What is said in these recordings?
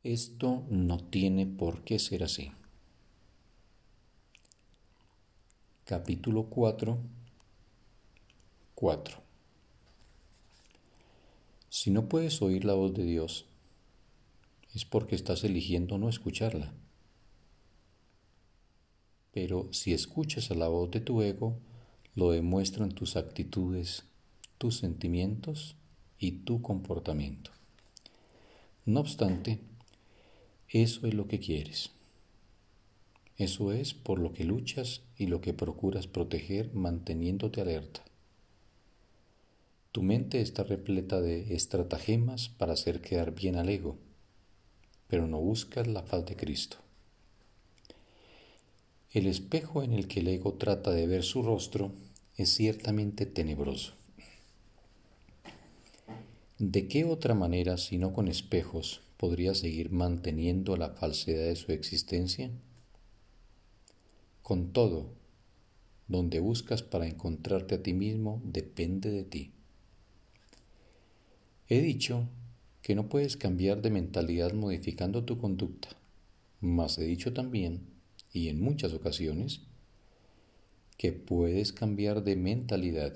Esto no tiene por qué ser así. Capítulo 4. Si no puedes oír la voz de Dios, es porque estás eligiendo no escucharla. Pero si escuchas a la voz de tu ego, lo demuestran tus actitudes, tus sentimientos y tu comportamiento. No obstante, eso es lo que quieres. Eso es por lo que luchas y lo que procuras proteger manteniéndote alerta. Tu mente está repleta de estratagemas para hacer quedar bien al ego, pero no buscas la faz de Cristo. El espejo en el que el ego trata de ver su rostro es ciertamente tenebroso. ¿De qué otra manera, si no con espejos, podría seguir manteniendo la falsedad de su existencia? Con todo, donde buscas para encontrarte a ti mismo depende de ti. He dicho que no puedes cambiar de mentalidad modificando tu conducta, mas he dicho también, y en muchas ocasiones, que puedes cambiar de mentalidad.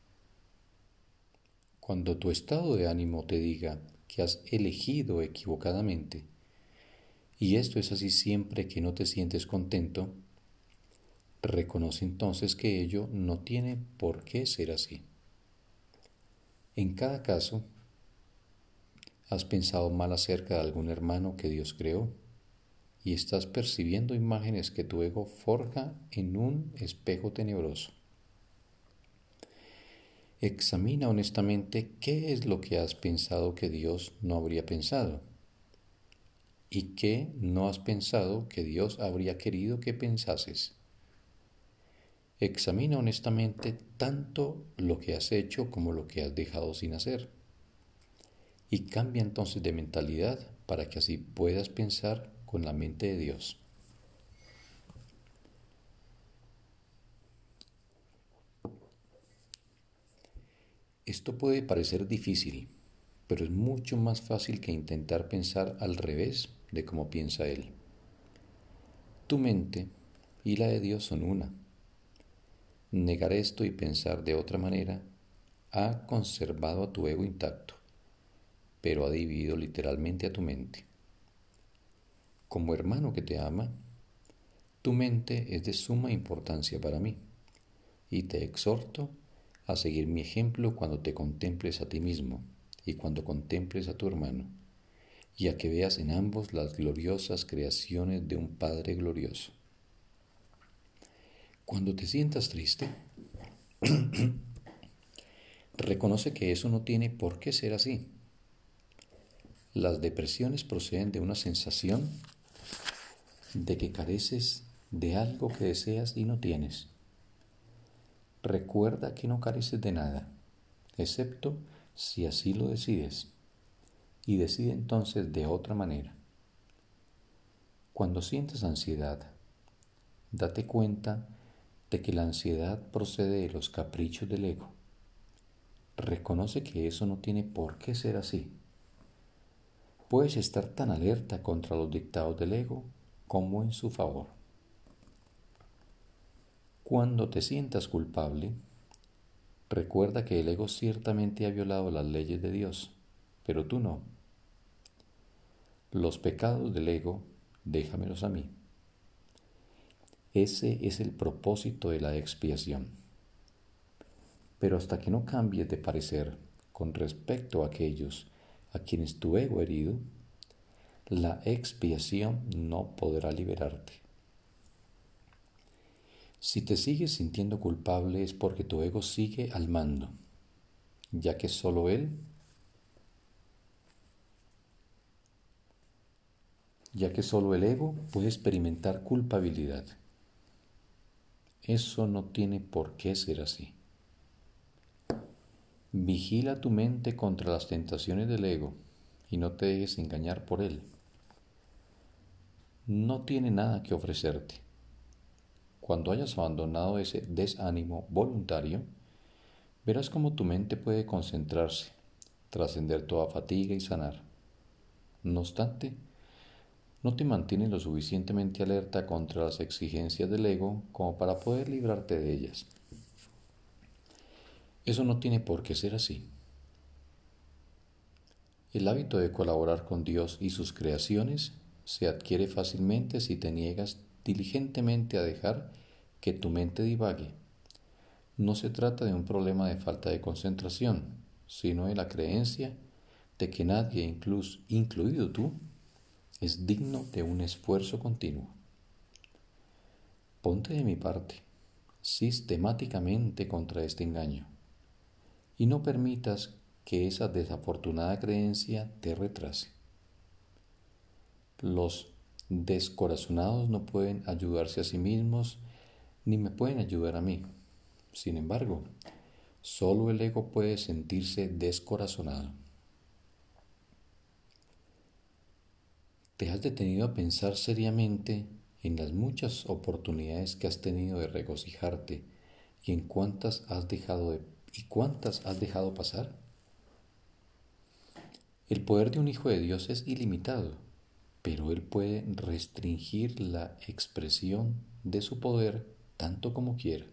Cuando tu estado de ánimo te diga que has elegido equivocadamente, y esto es así siempre que no te sientes contento, reconoce entonces que ello no tiene por qué ser así. En cada caso, ¿has pensado mal acerca de algún hermano que Dios creó? Y estás percibiendo imágenes que tu ego forja en un espejo tenebroso. Examina honestamente qué es lo que has pensado que Dios no habría pensado y qué no has pensado que Dios habría querido que pensases. Examina honestamente tanto lo que has hecho como lo que has dejado sin hacer. Y cambia entonces de mentalidad para que así puedas pensar con la mente de Dios. Esto puede parecer difícil, pero es mucho más fácil que intentar pensar al revés de cómo piensa Él. Tu mente y la de Dios son una. Negar esto y pensar de otra manera ha conservado a tu ego intacto, pero ha dividido literalmente a tu mente. Como hermano que te ama, tu mente es de suma importancia para mí, y te exhorto a seguir mi ejemplo cuando te contemples a ti mismo y cuando contemples a tu hermano, y a que veas en ambos las gloriosas creaciones de un Padre glorioso. Cuando te sientas triste, reconoce que eso no tiene por qué ser así. Las depresiones proceden de una sensación de que careces de algo que deseas y no tienes. Recuerda que no careces de nada, excepto si así lo decides, y decide entonces de otra manera. Cuando sientas ansiedad, date cuenta de que la ansiedad procede de los caprichos del ego. Reconoce que eso no tiene por qué ser así. Puedes estar tan alerta contra los dictados del ego como en su favor. Cuando te sientas culpable, recuerda que el ego ciertamente ha violado las leyes de Dios, pero tú no. Los pecados del ego, déjamelos a mí. Ese es el propósito de la expiación. Pero hasta que no cambies de parecer con respecto a aquellos a quienes tu ego ha herido, la expiación no podrá liberarte. Si te sigues sintiendo culpable es porque tu ego sigue al mando, ya que solo el ego puede experimentar culpabilidad. Eso no tiene por qué ser así. Vigila tu mente contra las tentaciones del ego y no te dejes engañar por él. No tiene nada que ofrecerte. Cuando hayas abandonado ese desánimo voluntario, verás cómo tu mente puede concentrarse, trascender toda fatiga y sanar. No obstante, no te mantiene lo suficientemente alerta contra las exigencias del ego como para poder librarte de ellas. Eso no tiene por qué ser así. El hábito de colaborar con Dios y sus creaciones se adquiere fácilmente si te niegas diligentemente a dejar que tu mente divague. No se trata de un problema de falta de concentración, sino de la creencia de que nadie, incluido tú, es digno de un esfuerzo continuo. Ponte de mi parte, sistemáticamente contra este engaño, y no permitas que esa desafortunada creencia te retrase. Los descorazonados no pueden ayudarse a sí mismos ni me pueden ayudar a mí. Sin embargo, solo el ego puede sentirse descorazonado. ¿Te has detenido a pensar seriamente en las muchas oportunidades que has tenido de regocijarte y en cuántas has dejado pasar? El poder de un hijo de Dios es ilimitado, pero Él puede restringir la expresión de su poder tanto como quiera.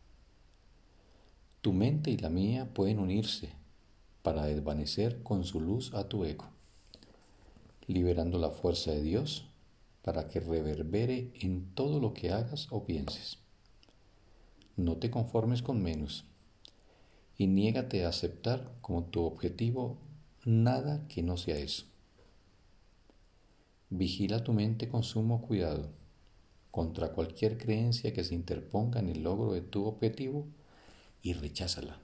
Tu mente y la mía pueden unirse para desvanecer con su luz a tu ego, liberando la fuerza de Dios para que reverbere en todo lo que hagas o pienses. No te conformes con menos y niégate a aceptar como tu objetivo nada que no sea eso. Vigila tu mente con sumo cuidado contra cualquier creencia que se interponga en el logro de tu objetivo y recházala.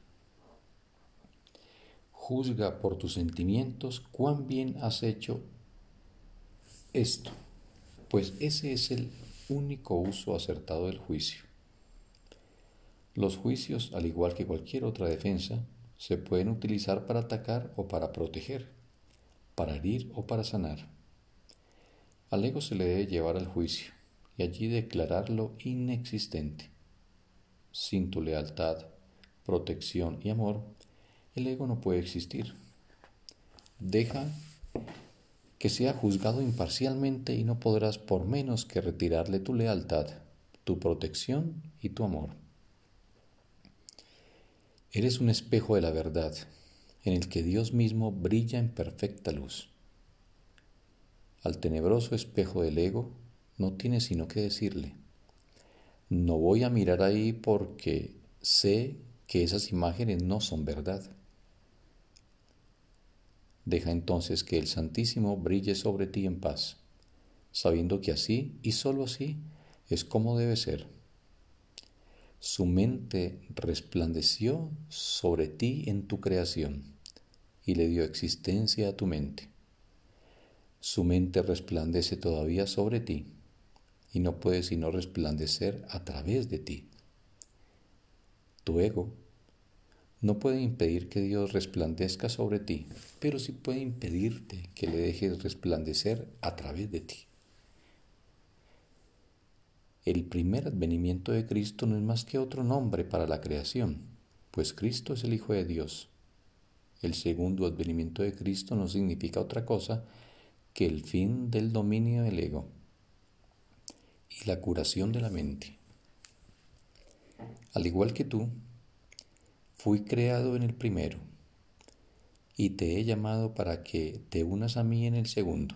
Juzga por tus sentimientos cuán bien has hecho esto, pues ese es el único uso acertado del juicio. Los juicios, al igual que cualquier otra defensa, se pueden utilizar para atacar o para proteger, para herir o para sanar. Al ego se le debe llevar al juicio y allí declararlo inexistente. Sin tu lealtad, protección y amor, el ego no puede existir. Deja que sea juzgado imparcialmente y no podrás por menos que retirarle tu lealtad, tu protección y tu amor. Eres un espejo de la verdad, en el que Dios mismo brilla en perfecta luz. Al tenebroso espejo del ego no tienes sino que decirle: no voy a mirar ahí porque sé que esas imágenes no son verdad. Deja entonces que el Santísimo brille sobre ti en paz, sabiendo que así y sólo así es como debe ser. Su mente resplandeció sobre ti en tu creación y le dio existencia a tu mente. Su mente resplandece todavía sobre ti y no puede sino resplandecer a través de ti. Tu ego no puede impedir que Dios resplandezca sobre ti, pero sí puede impedirte que le dejes resplandecer a través de ti. El primer advenimiento de Cristo no es más que otro nombre para la creación, pues Cristo es el Hijo de Dios. El segundo advenimiento de Cristo no significa otra cosa que el fin del dominio del ego y la curación de la mente. Al igual que tú, fui creado en el primero y te he llamado para que te unas a mí en el segundo.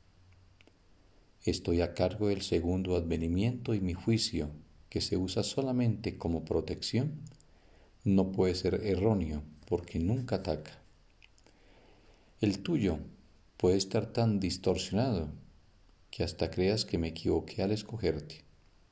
Estoy a cargo del segundo advenimiento y mi juicio, que se usa solamente como protección, no puede ser erróneo porque nunca ataca. El tuyo puede estar tan distorsionado que hasta creas que me equivoqué al escogerte.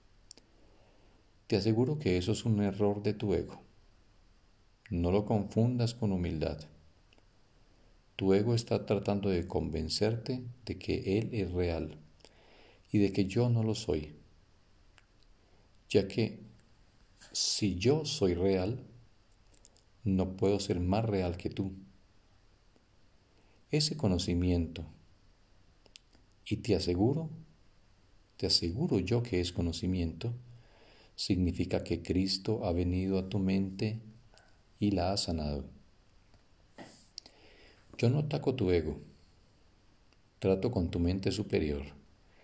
Te aseguro que eso es un error de tu ego. No lo confundas con humildad. Tu ego está tratando de convencerte de que Él es real y de que yo no lo soy, ya que si yo soy real, no puedo ser más real que tú. Ese conocimiento, y te aseguro yo que es conocimiento, significa que Cristo ha venido a tu mente y la ha sanado. Yo no ataco tu ego, trato con tu mente superior,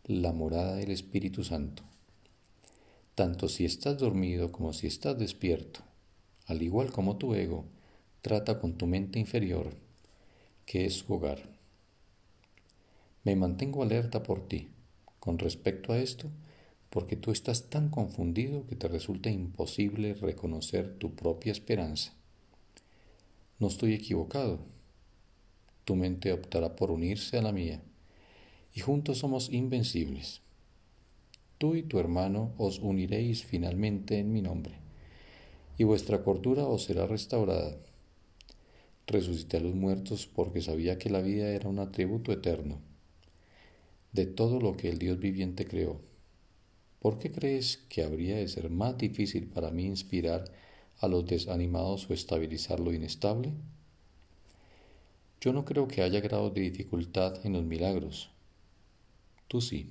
la morada del Espíritu Santo. Tanto si estás dormido como si estás despierto, al igual como tu ego, trata con tu mente inferior, que es su hogar. Me mantengo alerta por ti, con respecto a esto, porque tú estás tan confundido que te resulta imposible reconocer tu propia esperanza. No estoy equivocado. Tu mente optará por unirse a la mía, y juntos somos invencibles. Tú y tu hermano os uniréis finalmente en mi nombre, y vuestra cordura os será restaurada. Resucité a los muertos porque sabía que la vida era un atributo eterno de todo lo que el Dios viviente creó. ¿Por qué crees que habría de ser más difícil para mí inspirar a los desanimados o estabilizar lo inestable? Yo no creo que haya grados de dificultad en los milagros. Tú sí.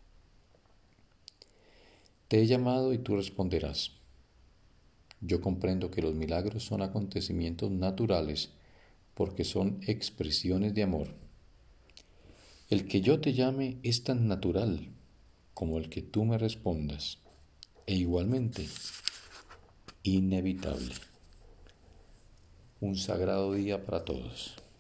Te he llamado y tú responderás. Yo comprendo que los milagros son acontecimientos naturales porque son expresiones de amor. El que yo te llame es tan natural como el que tú me respondas, e igualmente inevitable. Un sagrado día para todos.